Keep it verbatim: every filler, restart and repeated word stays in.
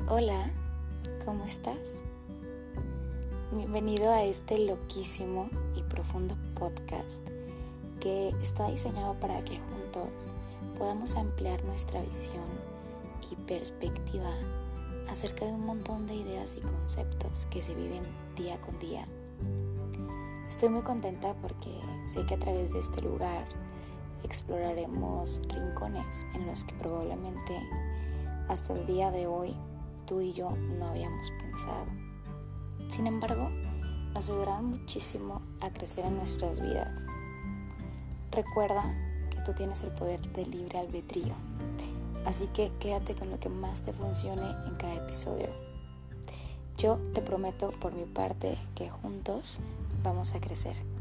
Hola, ¿cómo estás? Bienvenido a este loquísimo y profundo podcast que está diseñado para que juntos podamos ampliar nuestra visión y perspectiva acerca de un montón de ideas y conceptos que se viven día con día. Estoy muy contenta porque sé que a través de este lugar exploraremos rincones en los que probablemente hasta el día de hoy tú y yo no habíamos pensado. Sin embargo, nos ayudarán muchísimo a crecer en nuestras vidas. Recuerda que tú tienes el poder de libre albedrío, así que quédate con lo que más te funcione en cada episodio. Yo te prometo por mi parte que juntos vamos a crecer.